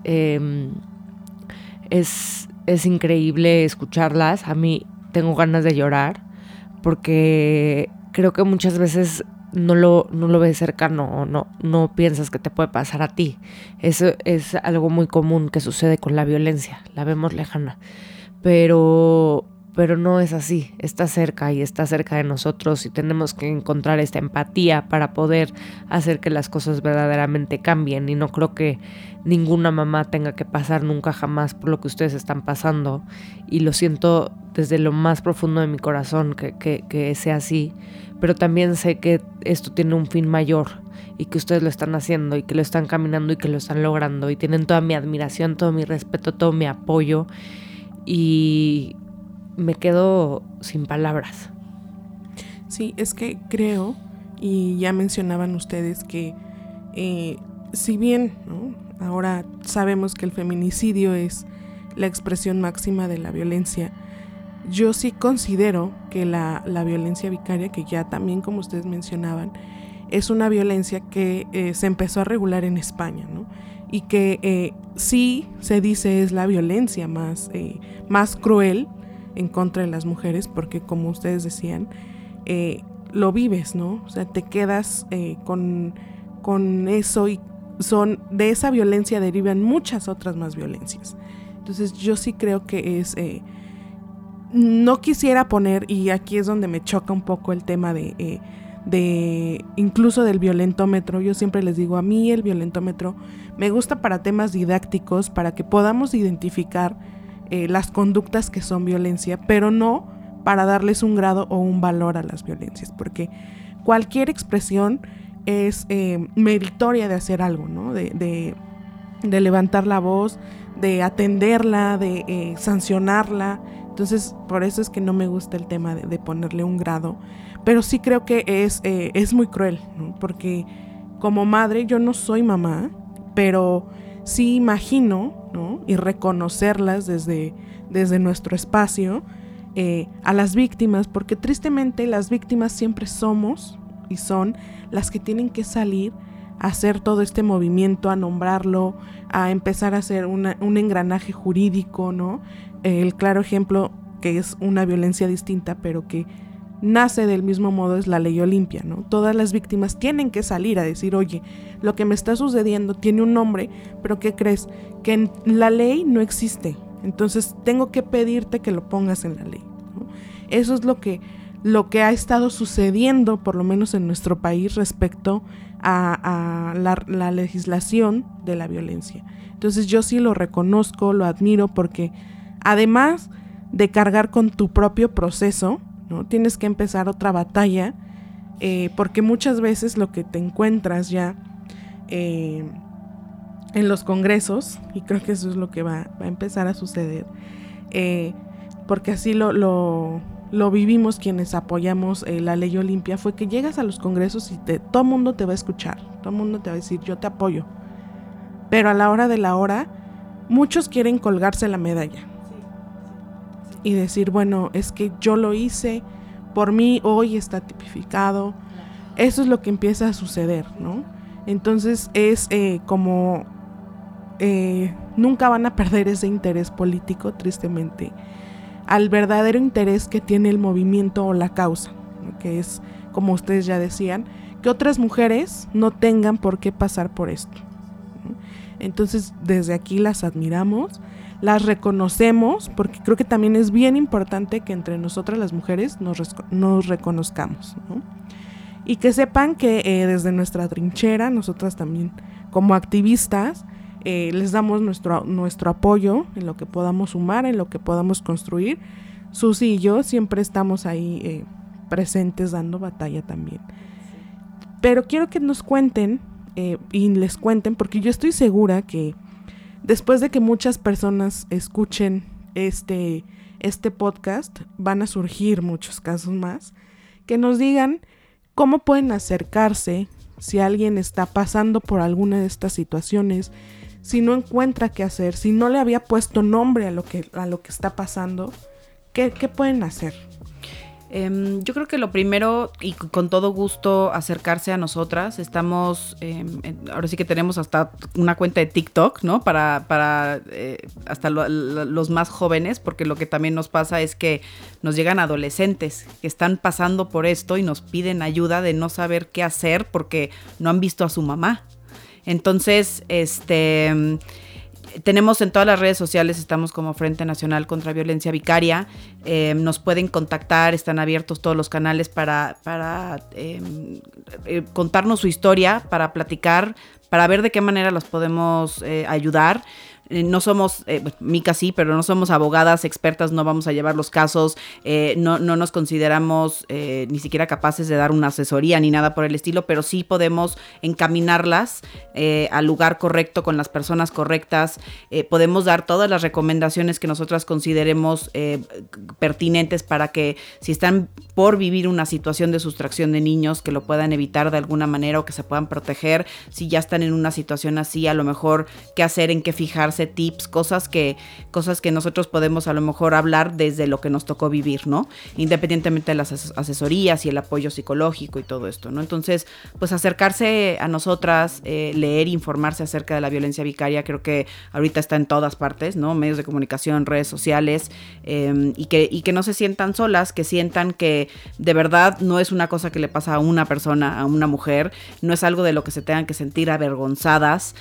es increíble escucharlas. A mí tengo ganas de llorar porque creo que muchas veces no lo ves cercano o no piensas que te puede pasar a ti. Eso es algo muy común que sucede con la violencia, la vemos lejana, pero no es así, está cerca y está cerca de nosotros y tenemos que encontrar esta empatía para poder hacer que las cosas verdaderamente cambien, y no creo que ninguna mamá tenga que pasar nunca jamás por lo que ustedes están pasando, y lo siento desde lo más profundo de mi corazón que sea así, pero también sé que esto tiene un fin mayor y que ustedes lo están haciendo y que lo están caminando y que lo están logrando y tienen toda mi admiración, todo mi respeto, todo mi apoyo, y me quedo sin palabras. Sí, es que creo, y ya mencionaban ustedes que si bien, ¿no?, ahora sabemos que el feminicidio es la expresión máxima de la violencia, yo sí considero que la violencia vicaria, que ya también como ustedes mencionaban, es una violencia que se empezó a regular en España, ¿no? Y que sí se dice es la violencia más cruel en contra de las mujeres, porque como ustedes decían, lo vives, ¿no? O sea, te quedas con eso, y de esa violencia derivan muchas otras más violencias. Entonces yo sí creo que es... no quisiera poner, y aquí es donde me choca un poco el tema de incluso del violentómetro. Yo siempre les digo, a mí el violentómetro me gusta para temas didácticos, para que podamos identificar las conductas que son violencia, pero no para darles un grado o un valor a las violencias, porque cualquier expresión es meritoria de hacer algo, ¿no? De levantar la voz, de atenderla, de sancionarla. Entonces, por eso es que no me gusta el tema de ponerle un grado, pero sí creo que es muy cruel, ¿no? Porque como madre, yo no soy mamá, pero sí imagino, ¿no?, y reconocerlas desde nuestro espacio a las víctimas, porque tristemente las víctimas siempre somos y son las que tienen que salir a hacer todo este movimiento, a nombrarlo, a empezar a hacer un engranaje jurídico, ¿no? El claro ejemplo que es una violencia distinta, pero que nace del mismo modo, es la ley Olimpia, ¿no? Todas las víctimas tienen que salir a decir, oye, lo que me está sucediendo tiene un nombre, pero ¿qué crees? Que en la ley no existe, entonces tengo que pedirte que lo pongas en la ley, ¿no? Eso es lo que ha estado sucediendo, por lo menos en nuestro país, respecto a la legislación de la violencia. Entonces yo sí lo reconozco, lo admiro, porque además de cargar con tu propio proceso, ¿no?, tienes que empezar otra batalla, porque muchas veces lo que te encuentras ya en los congresos, y creo que eso es lo que va a empezar a suceder, porque así lo vivimos quienes apoyamos la ley Olimpia, fue que llegas a los congresos y todo el mundo te va a escuchar, todo el mundo te va a decir, yo te apoyo, pero a la hora de la hora, muchos quieren colgarse la medalla. Y decir, bueno, es que yo lo hice, por mí hoy está tipificado. Eso es lo que empieza a suceder, ¿no? Entonces es como nunca van a perder ese interés político, tristemente, al verdadero interés que tiene el movimiento o la causa, ¿no?, que es, como ustedes ya decían, que otras mujeres no tengan por qué pasar por esto, ¿no? Entonces, desde aquí las admiramos, las reconocemos, porque creo que también es bien importante que entre nosotras las mujeres nos reconozcamos, ¿no? Y que sepan que desde nuestra trinchera, nosotras también como activistas, les damos nuestro apoyo en lo que podamos sumar, en lo que podamos construir. Susi y yo siempre estamos ahí presentes dando batalla también. Pero quiero que nos cuenten y les cuenten, porque yo estoy segura que después de que muchas personas escuchen este podcast, van a surgir muchos casos más, que nos digan cómo pueden acercarse si alguien está pasando por alguna de estas situaciones, si no encuentra qué hacer, si no le había puesto nombre a lo que está pasando, ¿qué pueden hacer? Yo creo que lo primero, y con todo gusto, acercarse a nosotras. Estamos, ahora sí que tenemos hasta una cuenta de TikTok, ¿no? Para hasta los más jóvenes, porque lo que también nos pasa es que nos llegan adolescentes que están pasando por esto y nos piden ayuda de no saber qué hacer porque no han visto a su mamá. Entonces, tenemos en todas las redes sociales, estamos como Frente Nacional contra Violencia Vicaria. Nos pueden contactar, están abiertos todos los canales para contarnos su historia, para platicar, para ver de qué manera las podemos ayudar. No somos, Mica sí, pero no somos abogadas expertas, no vamos a llevar los casos, no nos consideramos ni siquiera capaces de dar una asesoría ni nada por el estilo, pero sí podemos encaminarlas al lugar correcto, con las personas correctas. Podemos dar todas las recomendaciones que nosotras consideremos pertinentes para que si están por vivir una situación de sustracción de niños, que lo puedan evitar de alguna manera o que se puedan proteger. Si ya están en una situación así, a lo mejor qué hacer, en qué fijarse, tips, cosas que nosotros podemos a lo mejor hablar desde lo que nos tocó vivir, ¿no? Independientemente de las asesorías y el apoyo psicológico y todo esto, ¿no? Entonces, pues acercarse a nosotras, leer, informarse acerca de la violencia vicaria, creo que ahorita está en todas partes, ¿no? Medios de comunicación, redes sociales, y que no se sientan solas, que sientan que de verdad no es una cosa que le pasa a una persona, a una mujer, no es algo de lo que se tengan que sentir avergonzadas.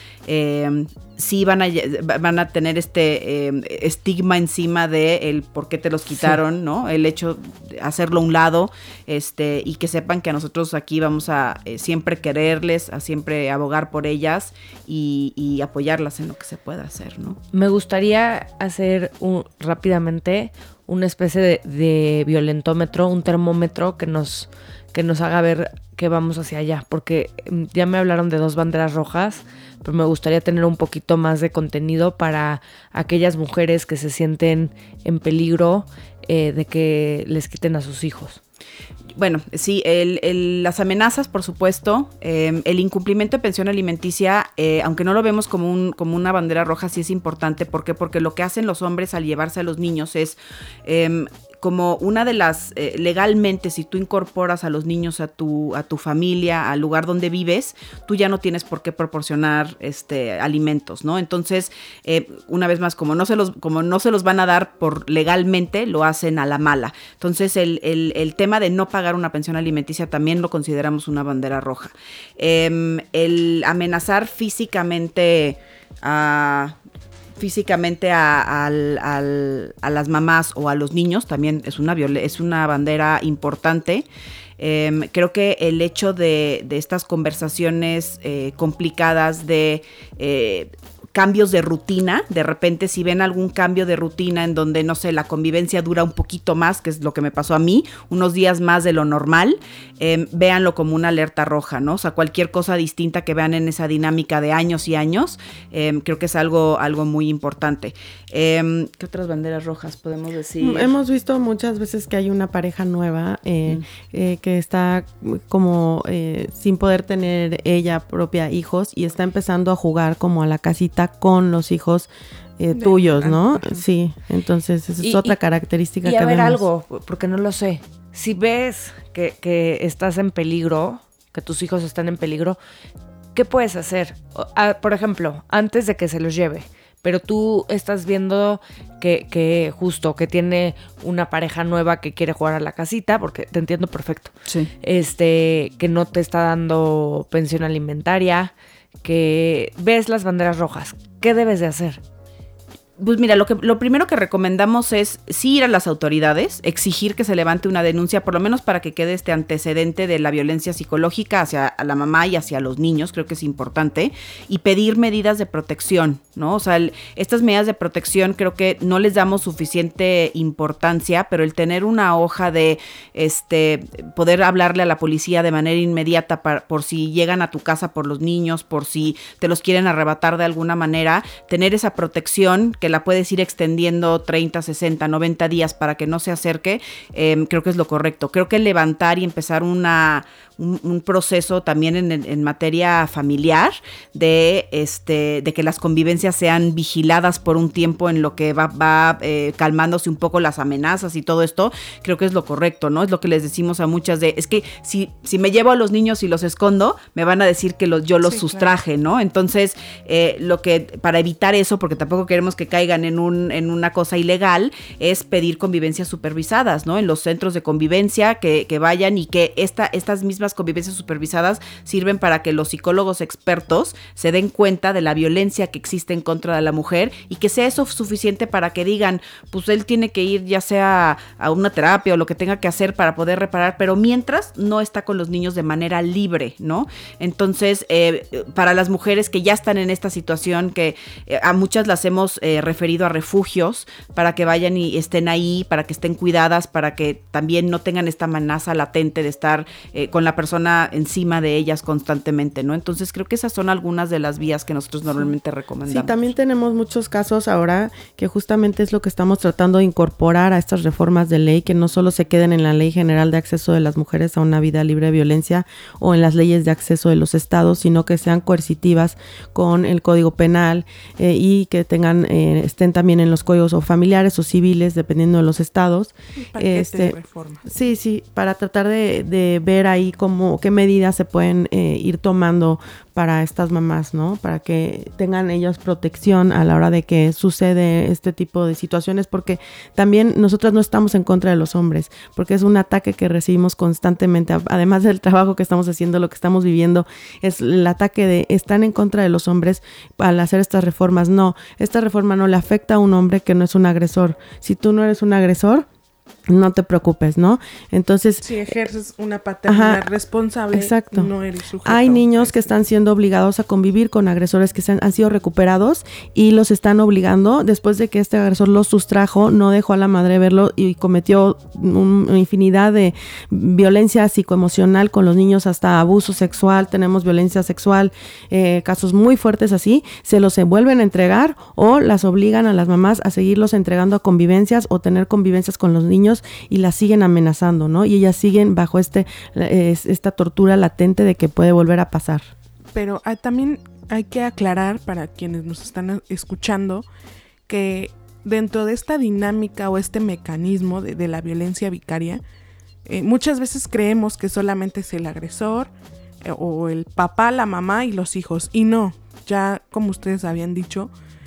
Sí van a tener este estigma encima de el por qué te los quitaron, sí, ¿no? El hecho de hacerlo a un lado, y que sepan que a nosotros aquí vamos a siempre quererles, a siempre abogar por ellas y apoyarlas en lo que se pueda hacer, ¿no? Me gustaría hacer rápidamente una especie de violentómetro, un termómetro que nos haga ver que vamos hacia allá, porque ya me hablaron de 2 banderas rojas, pero me gustaría tener un poquito más de contenido para aquellas mujeres que se sienten en peligro de que les quiten a sus hijos. Bueno, sí, las amenazas, por supuesto, el incumplimiento de pensión alimenticia, aunque no lo vemos como una bandera roja, sí es importante. ¿Por qué? Porque lo que hacen los hombres al llevarse a los niños es como una de las, legalmente, si tú incorporas a los niños a tu familia, al lugar donde vives, tú ya no tienes por qué proporcionar alimentos, ¿no? Entonces, una vez más, como no se los van a dar por legalmente, lo hacen a la mala. Entonces, el tema de no pagar una pensión alimenticia también lo consideramos una bandera roja. El amenazar físicamente a las mamás o a los niños también es una bandera importante. Creo que el hecho de estas conversaciones complicadas de cambios de rutina, de repente si ven algún cambio de rutina en donde, no sé, la convivencia dura un poquito más, que es lo que me pasó a mí, unos días más de lo normal, véanlo como una alerta roja, ¿no? O sea, cualquier cosa distinta que vean en esa dinámica de años y años, creo que es algo muy importante. ¿Qué otras banderas rojas podemos decir? Hemos visto muchas veces que hay una pareja nueva que está como sin poder tener ella propia hijos y está empezando a jugar como a la casita con los hijos tuyos, ¿no? Sí, entonces esa es otra característica que vemos. Y a ver algo, porque no lo sé. Si ves que estás en peligro, que tus hijos están en peligro, ¿qué puedes hacer? Por ejemplo, antes de que se los lleve, pero tú estás viendo que justo, que tiene una pareja nueva que quiere jugar a la casita, porque te entiendo perfecto. Sí. Que no te está dando pensión alimentaria, que ves las banderas rojas. ¿Qué debes de hacer? Pues mira, lo primero que recomendamos es sí ir a las autoridades, exigir que se levante una denuncia, por lo menos para que quede este antecedente de la violencia psicológica hacia la mamá y hacia los niños, creo que es importante, y pedir medidas de protección, ¿no? O sea, estas medidas de protección creo que no les damos suficiente importancia, pero el tener una hoja de poder hablarle a la policía de manera inmediata por si llegan a tu casa por los niños, por si te los quieren arrebatar de alguna manera, tener esa protección que la puedes ir extendiendo 30, 60, 90 días para que no se acerque, creo que es lo correcto. Creo que levantar y empezar un proceso también en materia familiar de que las convivencias sean vigiladas por un tiempo en lo que va calmándose un poco las amenazas y todo esto, creo que es lo correcto, ¿no? Es lo que les decimos a muchas es que si me llevo a los niños y los escondo, me van a decir que yo los sustraje, claro, ¿no? Entonces, para evitar eso, porque tampoco queremos que caigan en una cosa ilegal, es pedir convivencias supervisadas, ¿no? En los centros de convivencia que vayan y que estas mismas convivencias supervisadas sirven para que los psicólogos expertos se den cuenta de la violencia que existe en contra de la mujer y que sea eso suficiente para que digan, pues él tiene que ir ya sea a una terapia o lo que tenga que hacer para poder reparar, pero mientras no está con los niños de manera libre, ¿no? Entonces, para las mujeres que ya están en esta situación, que a muchas las hemos referido a refugios para que vayan y estén ahí, para que estén cuidadas, para que también no tengan esta amenaza latente de estar con la persona encima de ellas constantemente, ¿no? Entonces creo que esas son algunas de las vías que nosotros normalmente recomendamos. Sí, también tenemos muchos casos ahora que justamente es lo que estamos tratando de incorporar a estas reformas de ley, que no solo se queden en la Ley General de Acceso de las Mujeres a una Vida Libre de Violencia o en las leyes de acceso de los estados, sino que sean coercitivas con el Código Penal y que estén también en los códigos o familiares o civiles, dependiendo de los estados. De reforma. Sí, para tratar de ver ahí qué medidas se pueden ir tomando para estas mamás, ¿no? Para que tengan ellas protección a la hora de que sucede este tipo de situaciones, porque también nosotras no estamos en contra de los hombres, porque es un ataque que recibimos constantemente, además del trabajo que estamos haciendo, lo que estamos viviendo, es el ataque de están en contra de los hombres al hacer estas reformas. No, esta reforma no le afecta a un hombre que no es un agresor. Si tú no eres un agresor, no te preocupes, ¿no? Entonces, si ejerces una paternidad responsable, exacto, no eres sujeto. Hay niños que están siendo obligados a convivir con agresores que han sido recuperados y los están obligando, después de que este agresor los sustrajo, no dejó a la madre verlo y cometió una infinidad de violencia psicoemocional con los niños, hasta abuso sexual, tenemos violencia sexual, casos muy fuertes así, se los vuelven a entregar o las obligan a las mamás a seguirlos entregando a convivencias o tener convivencias con los niños y las siguen amenazando, ¿no? Y ellas siguen bajo esta tortura latente de que puede volver a pasar. Pero también hay que aclarar para quienes nos están escuchando que dentro de esta dinámica o este mecanismo de la violencia vicaria, muchas veces creemos que solamente es el agresor o el papá, la mamá y los hijos. Y no, ya como ustedes habían dicho,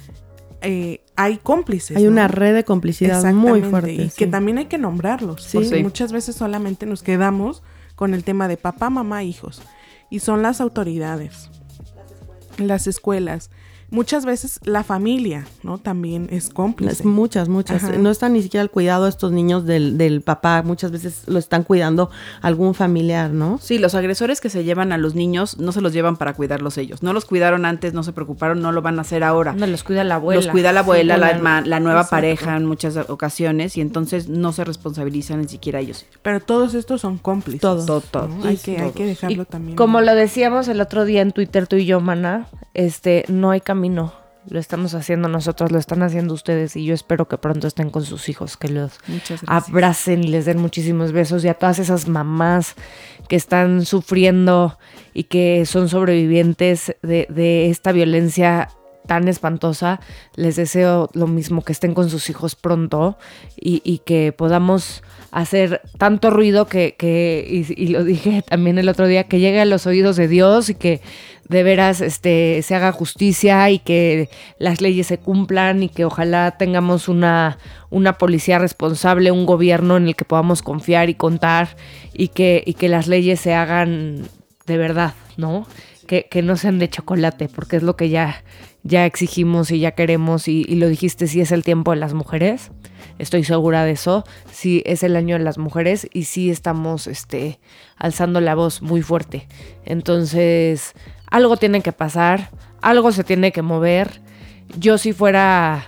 hay cómplices. Hay una red de complicidad muy fuerte. Y que también hay que nombrarlos. Porque muchas veces solamente nos quedamos con el tema de papá, mamá, hijos. Y son las autoridades, las escuelas. Muchas veces la familia, ¿no? También es cómplice. Muchas. Ajá. No están ni siquiera al cuidado de estos niños del papá. Muchas veces lo están cuidando algún familiar, ¿no? Sí, los agresores que se llevan a los niños no se los llevan para cuidarlos ellos. No los cuidaron antes, no se preocuparon, no lo van a hacer ahora. No, los cuida la abuela. Los cuida la abuela, sí, la nueva exacto. pareja en muchas ocasiones, y entonces no se responsabilizan ni siquiera ellos. Pero todos estos son cómplices. Todos. ¿No? Hay que dejarlo y también. Como lo decíamos el otro día en Twitter, tú y yo, Mana, no hay camino. Lo estamos haciendo nosotros, lo están haciendo ustedes, y yo espero que pronto estén con sus hijos, que los abracen y les den muchísimos besos, y a todas esas mamás que están sufriendo y que son sobrevivientes de esta violencia tan espantosa. Les deseo lo mismo, que estén con sus hijos pronto y que podamos hacer tanto ruido y lo dije también el otro día, que llegue a los oídos de Dios y que de veras se haga justicia y que las leyes se cumplan y que ojalá tengamos una policía responsable, un gobierno en el que podamos confiar y contar y que las leyes se hagan de verdad, ¿no? Que no sean de chocolate, porque es lo que ya exigimos y ya queremos y lo dijiste, sí es el tiempo de las mujeres, estoy segura de eso, sí es el año de las mujeres y sí estamos alzando la voz muy fuerte. Entonces, algo tiene que pasar, algo se tiene que mover. Yo si fuera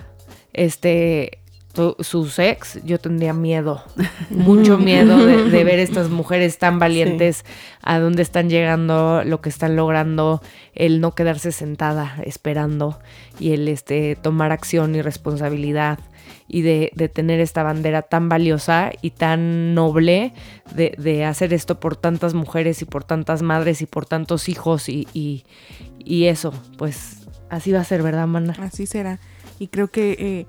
sus ex, yo tendría miedo, mucho miedo de ver estas mujeres tan valientes, sí, a dónde están llegando, lo que están logrando, el no quedarse sentada esperando y el tomar acción y responsabilidad y de tener esta bandera tan valiosa y tan noble de hacer esto por tantas mujeres y por tantas madres y por tantos hijos y eso, pues así va a ser, ¿verdad, Mana? Así será. Y creo que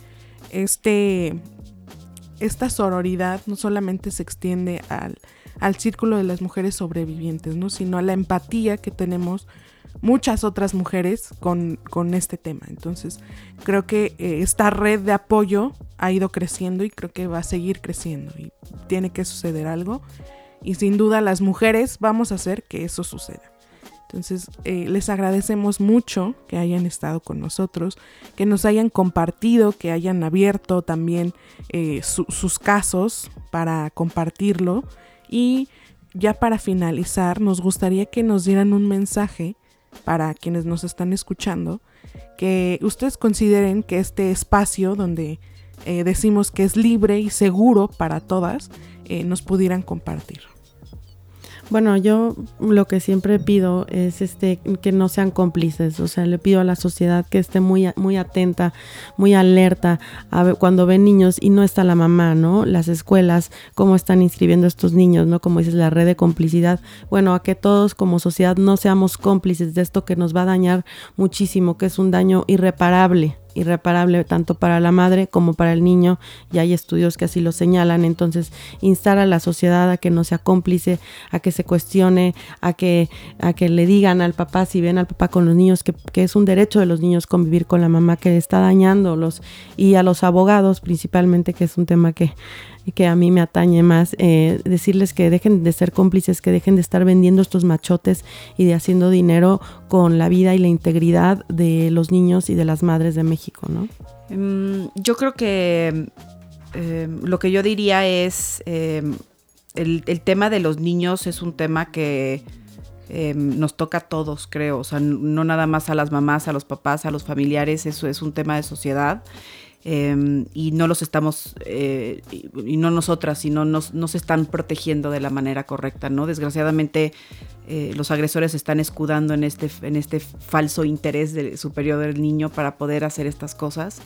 esta sororidad no solamente se extiende al círculo de las mujeres sobrevivientes, ¿no? Sino a la empatía que tenemos muchas otras mujeres con este tema. Entonces, creo que esta red de apoyo ha ido creciendo y creo que va a seguir creciendo y tiene que suceder algo. Y sin duda las mujeres vamos a hacer que eso suceda. Entonces, les agradecemos mucho que hayan estado con nosotros, que nos hayan compartido, que hayan abierto también sus casos para compartirlo. Y ya para finalizar, nos gustaría que nos dieran un mensaje para quienes nos están escuchando, que ustedes consideren que este espacio donde decimos que es libre y seguro para todas, nos pudieran compartir. Bueno, yo lo que siempre pido es que no sean cómplices, o sea, le pido a la sociedad que esté muy, muy atenta, muy alerta a ver, cuando ven niños y no está la mamá, ¿no? Las escuelas, cómo están inscribiendo a estos niños, ¿no? Como dices, la red de complicidad. Bueno, a que todos como sociedad no seamos cómplices de esto que nos va a dañar muchísimo, que es un daño irreparable tanto para la madre como para el niño, y hay estudios que así lo señalan. Entonces, instar a la sociedad a que no sea cómplice, a que se cuestione, a que le digan al papá, si ven al papá con los niños, que es un derecho de los niños convivir con la mamá que está dañándolos, y a los abogados principalmente, que es un tema que a mí me atañe más, decirles que dejen de ser cómplices, que dejen de estar vendiendo estos machotes y de haciendo dinero con la vida y la integridad de los niños y de las madres de México, ¿no? Yo creo que lo que yo diría es el tema de los niños es un tema que nos toca a todos, creo, o sea, no nada más a las mamás, a los papás, a los familiares, eso es un tema de sociedad. Y no los estamos, y no nosotras, sino no se están protegiendo de la manera correcta, ¿no? Desgraciadamente, los agresores se están escudando en este falso interés superior del niño para poder hacer estas cosas.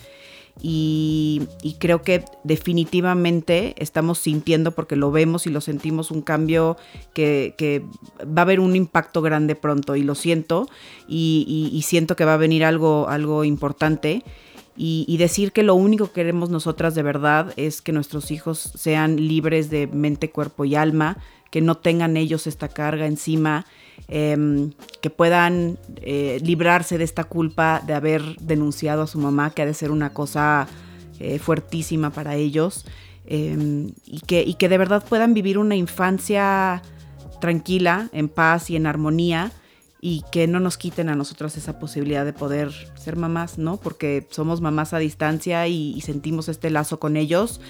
Y creo que definitivamente estamos sintiendo, porque lo vemos y lo sentimos, un cambio que va a haber un impacto grande pronto, y lo siento, y siento que va a venir algo importante. Y decir que lo único que queremos nosotras de verdad es que nuestros hijos sean libres de mente, cuerpo y alma, que no tengan ellos esta carga encima, que puedan librarse de esta culpa de haber denunciado a su mamá, que ha de ser una cosa fuertísima para ellos, y que de verdad puedan vivir una infancia tranquila, en paz y en armonía, y que no nos quiten a nosotros esa posibilidad de poder ser mamás, ¿no? Porque somos mamás a distancia y sentimos este lazo con ellos,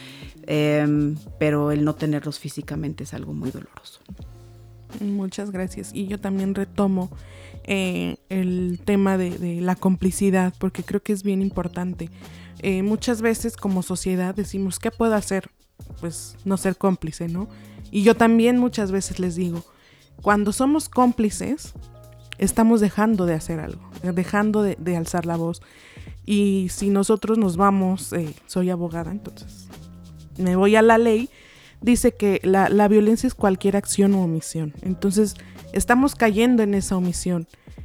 pero el no tenerlos físicamente es algo muy doloroso. Muchas gracias. Y yo también retomo el tema de la complicidad, porque creo que es bien importante. Muchas veces como sociedad decimos, ¿qué puedo hacer? Pues no ser cómplice, ¿no? Y yo también muchas veces les digo, cuando somos cómplices, estamos dejando de hacer algo, dejando de alzar la voz. Y si nosotros nos vamos, soy abogada, entonces me voy a la ley, dice que la violencia es cualquier acción o omisión. Entonces estamos cayendo en esa omisión.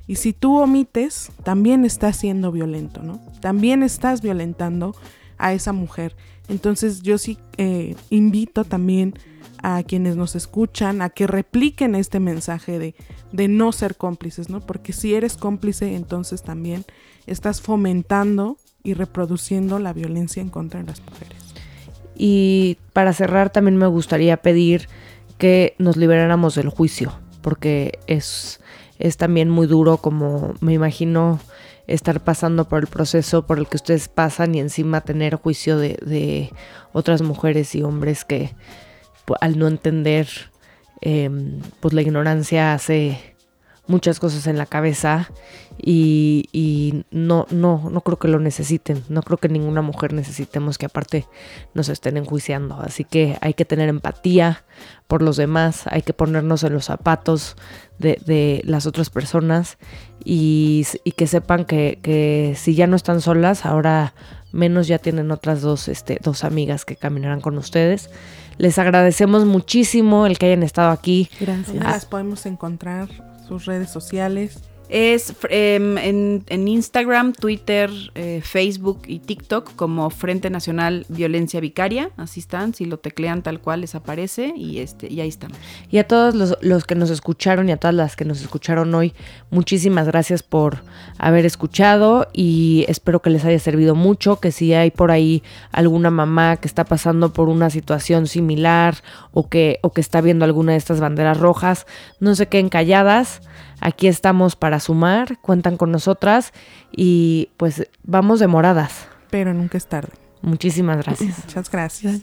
Y si tú omites, también estás siendo violento, ¿no? También estás violentando a esa mujer. Entonces yo sí invito también a quienes nos escuchan a que repliquen este mensaje de no ser cómplices, ¿no? Porque si eres cómplice, entonces también estás fomentando y reproduciendo la violencia en contra de las mujeres. Y para cerrar, también me gustaría pedir que nos liberáramos del juicio, porque es también muy duro, como me imagino estar pasando por el proceso por el que ustedes pasan y encima tener juicio de otras mujeres y hombres que al no entender, pues la ignorancia hace muchas cosas en la cabeza y no creo que lo necesiten. No creo que ninguna mujer necesitemos que aparte nos estén enjuiciando. Así que hay que tener empatía por los demás, hay que ponernos en los zapatos de las otras personas y que sepan que si ya no están solas, ahora menos ya tienen otras dos amigas que caminarán con ustedes. Les agradecemos muchísimo el que hayan estado aquí. Gracias. ¿Dónde las podemos encontrar? Sus redes sociales. Es en Instagram, Twitter, Facebook y TikTok como Frente Nacional Violencia Vicaria. Así están, si lo teclean tal cual les aparece y ahí están. Y a todos los que nos escucharon y a todas las que nos escucharon hoy, muchísimas gracias por haber escuchado y espero que les haya servido mucho, que si hay por ahí alguna mamá que está pasando por una situación similar o que está viendo alguna de estas banderas rojas, no se queden calladas. Aquí estamos para sumar, cuentan con nosotras y pues vamos de moradas. Pero nunca es tarde. Muchísimas gracias. Muchas gracias.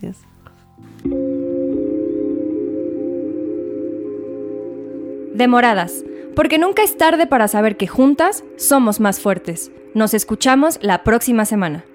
De moradas, porque nunca es tarde para saber que juntas somos más fuertes. Nos escuchamos la próxima semana.